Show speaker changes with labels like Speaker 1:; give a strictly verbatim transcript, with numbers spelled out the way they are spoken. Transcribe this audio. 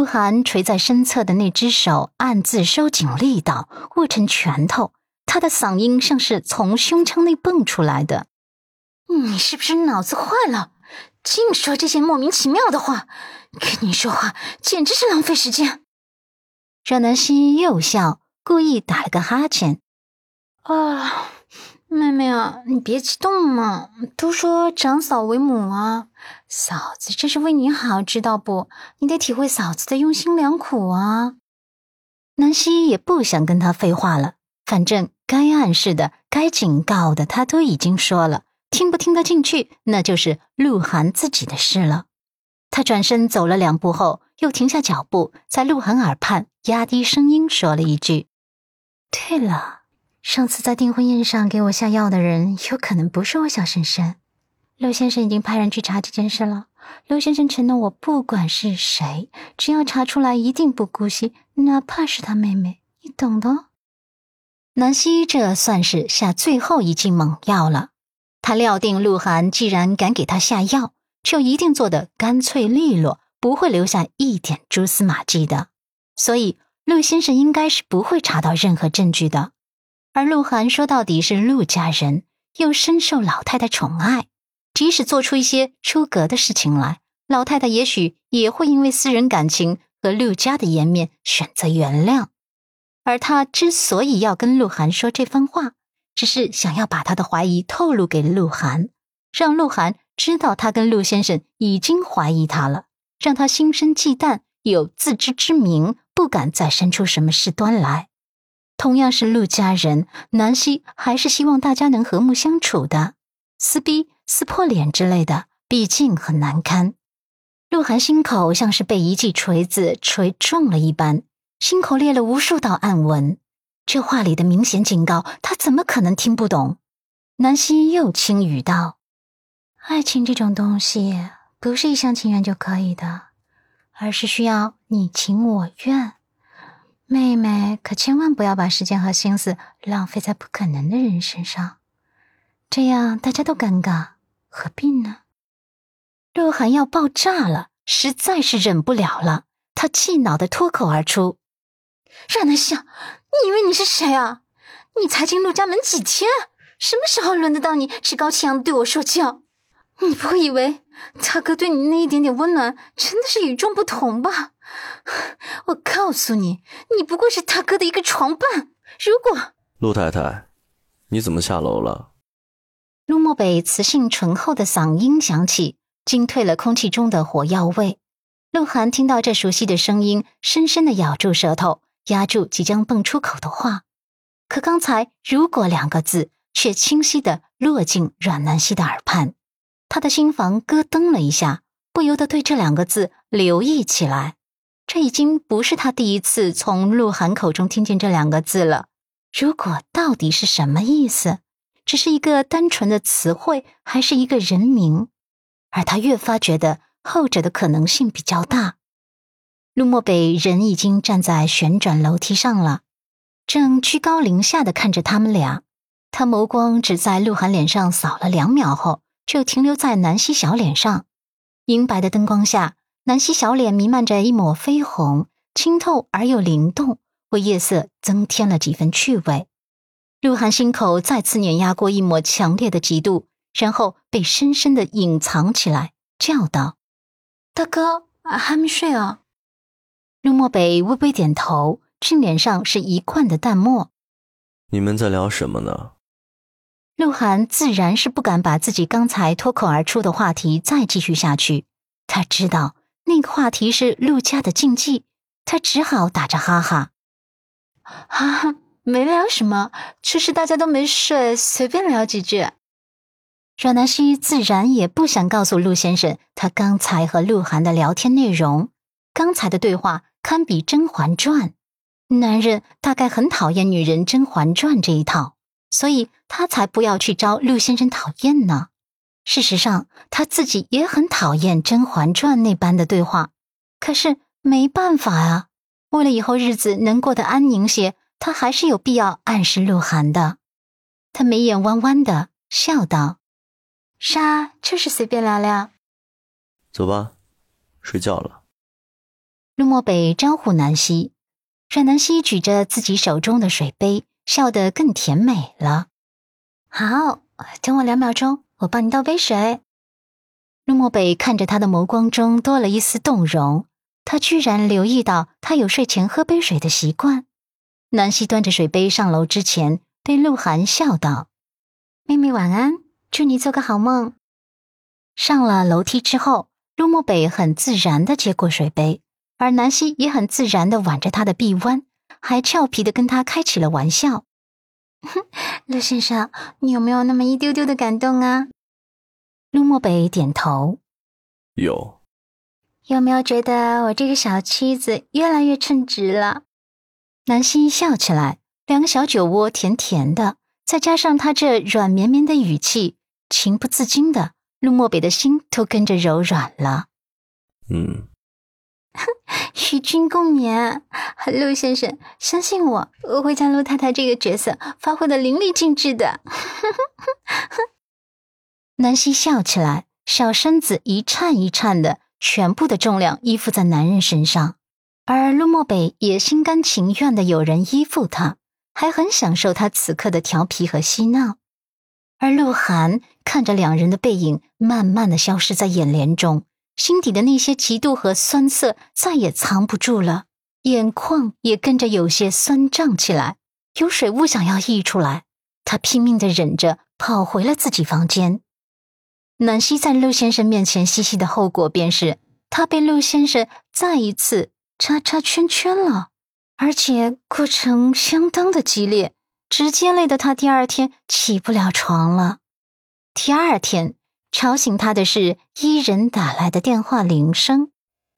Speaker 1: 鹿晗垂在身侧的那只手暗自收紧力道，握成拳头，他的嗓音像是从胸腔内蹦出来的。你是不是脑子坏了？净说这些莫名其妙的话，跟你说话简直是浪费时间。阮南希又笑，故意打了个哈欠。啊，妹妹啊，你别激动嘛，都说长嫂为母啊，嫂子这是为你好，知道不？你得体会嫂子的用心良苦啊。南希也不想跟他废话了，反正该暗示的该警告的他都已经说了，听不听得进去那就是鹿晗自己的事了。他转身走了两步后又停下脚步，在鹿晗耳畔压低声音说了一句，对了，上次在订婚宴上给我下药的人有可能不是我小婶婶，陆先生已经派人去查这件事了。陆先生承诺我不管是谁，只要查出来一定不姑息，哪怕是他妹妹，你懂的。南希这算是下最后一剂猛药了，他料定鹿晗既然敢给他下药，就一定做得干脆利落，不会留下一点蛛丝马迹的，所以陆先生应该是不会查到任何证据的。而鹿晗说到底是陆家人，又深受老太太宠爱，即使做出一些出格的事情来，老太太也许也会因为私人感情和陆家的颜面选择原谅。而他之所以要跟鹿晗说这番话，只是想要把他的怀疑透露给鹿晗，让鹿晗知道他跟陆先生已经怀疑他了，让他心生忌惮，有自知之明，不敢再生出什么事端来。同样是陆家人，南希还是希望大家能和睦相处的，撕逼撕破脸之类的毕竟很难堪。鹿晗心口像是被一记锤子锤中了一般，心口裂了无数道暗纹，这话里的明显警告他怎么可能听不懂。南希又轻语道，爱情这种东西不是一厢情愿就可以的，而是需要你情我愿。妹妹可千万不要把时间和心思浪费在不可能的人身上，这样大家都尴尬，何必呢？鹿晗要爆炸了，实在是忍不了了，他气恼地脱口而出，阮南希，你以为你是谁啊？你才进陆家门几天，什么时候轮得到你趾高气扬地对我说教？你不会以为他哥对你那一点点温暖真的是与众不同吧？我告诉你，你不过是他哥的一个床伴。如果……
Speaker 2: 陆太太，你怎么下楼了？
Speaker 1: 陆漠北磁性醇厚的嗓音响起，惊退了空气中的火药味。鹿晗听到这熟悉的声音，深深地咬住舌头，压住即将蹦出口的话。可刚才如果两个字却清晰地落进阮南希的耳畔，他的心房咯噔了一下，不由得对这两个字留意起来。这已经不是他第一次从鹿晗口中听见这两个字了，如果到底是什么意思？只是一个单纯的词汇，还是一个人名？而他越发觉得后者的可能性比较大。陆漠北人已经站在旋转楼梯上了，正居高临下地看着他们俩。他眸光只在鹿晗脸上扫了两秒后，就停留在南希小脸上。银白的灯光下，南希小脸弥漫着一抹绯红，清透而又灵动，为夜色增添了几分趣味。鹿晗心口再次碾压过一抹强烈的嫉妒，然后被深深地隐藏起来，叫道：大哥，还没睡啊？陆漠北微微点头，俊脸上是一贯的淡漠。
Speaker 2: 你们在聊什么呢？
Speaker 1: 鹿晗自然是不敢把自己刚才脱口而出的话题再继续下去，他知道那个话题是陆家的禁忌，他只好打着哈哈。啊，没聊什么，就是大家都没睡，随便聊几句。阮南希自然也不想告诉陆先生他刚才和鹿晗的聊天内容，刚才的对话堪比《甄嬛传》，男人大概很讨厌女人《甄嬛传》这一套，所以他才不要去招陆先生讨厌呢。事实上他自己也很讨厌《甄嬛传》那般的对话，可是没办法啊，为了以后日子能过得安宁些，他还是有必要暗示鹿晗的。他眉眼弯弯的笑道，是啊，就是随便聊聊。
Speaker 2: 走吧，睡觉了。
Speaker 1: 陆漠北招呼南希，阮南希举着自己手中的水杯，笑得更甜美了。好，等我两秒钟，我帮你倒杯水。陆漠北看着他的眸光中多了一丝动容，他居然留意到他有睡前喝杯水的习惯。南希端着水杯上楼之前，对鹿晗笑道：妹妹晚安，祝你做个好梦。上了楼梯之后，陆漠北很自然地接过水杯，而南希也很自然地挽着他的臂弯，还俏皮地跟他开起了玩笑。陆先生，你有没有那么一丢丢的感动啊？陆漠北点头。
Speaker 2: 有。
Speaker 1: 有没有觉得我这个小妻子越来越称职了？南希笑起来，两个小酒窝甜甜的，再加上他这软绵绵的语气，情不自禁的，陆漠北的心都跟着柔软了。
Speaker 2: 嗯，
Speaker 1: 与君共勉，陆先生，相信我，我会将陆太太这个角色发挥得淋漓尽致的。南希笑起来，小身子一颤一颤的，全部的重量依附在男人身上，而陆漠北也心甘情愿的有人依附他，还很享受他此刻的调皮和嬉闹。而鹿晗看着两人的背影慢慢的消失在眼帘中，心底的那些嫉妒和酸涩再也藏不住了，眼眶也跟着有些酸胀起来，有水雾想要溢出来。他拼命地忍着，跑回了自己房间。南希在陆先生面前嬉戏的后果便是，他被陆先生再一次叉叉圈圈了，而且过程相当的激烈，直接累得他第二天起不了床了。第二天，吵醒他的是伊人打来的电话铃声。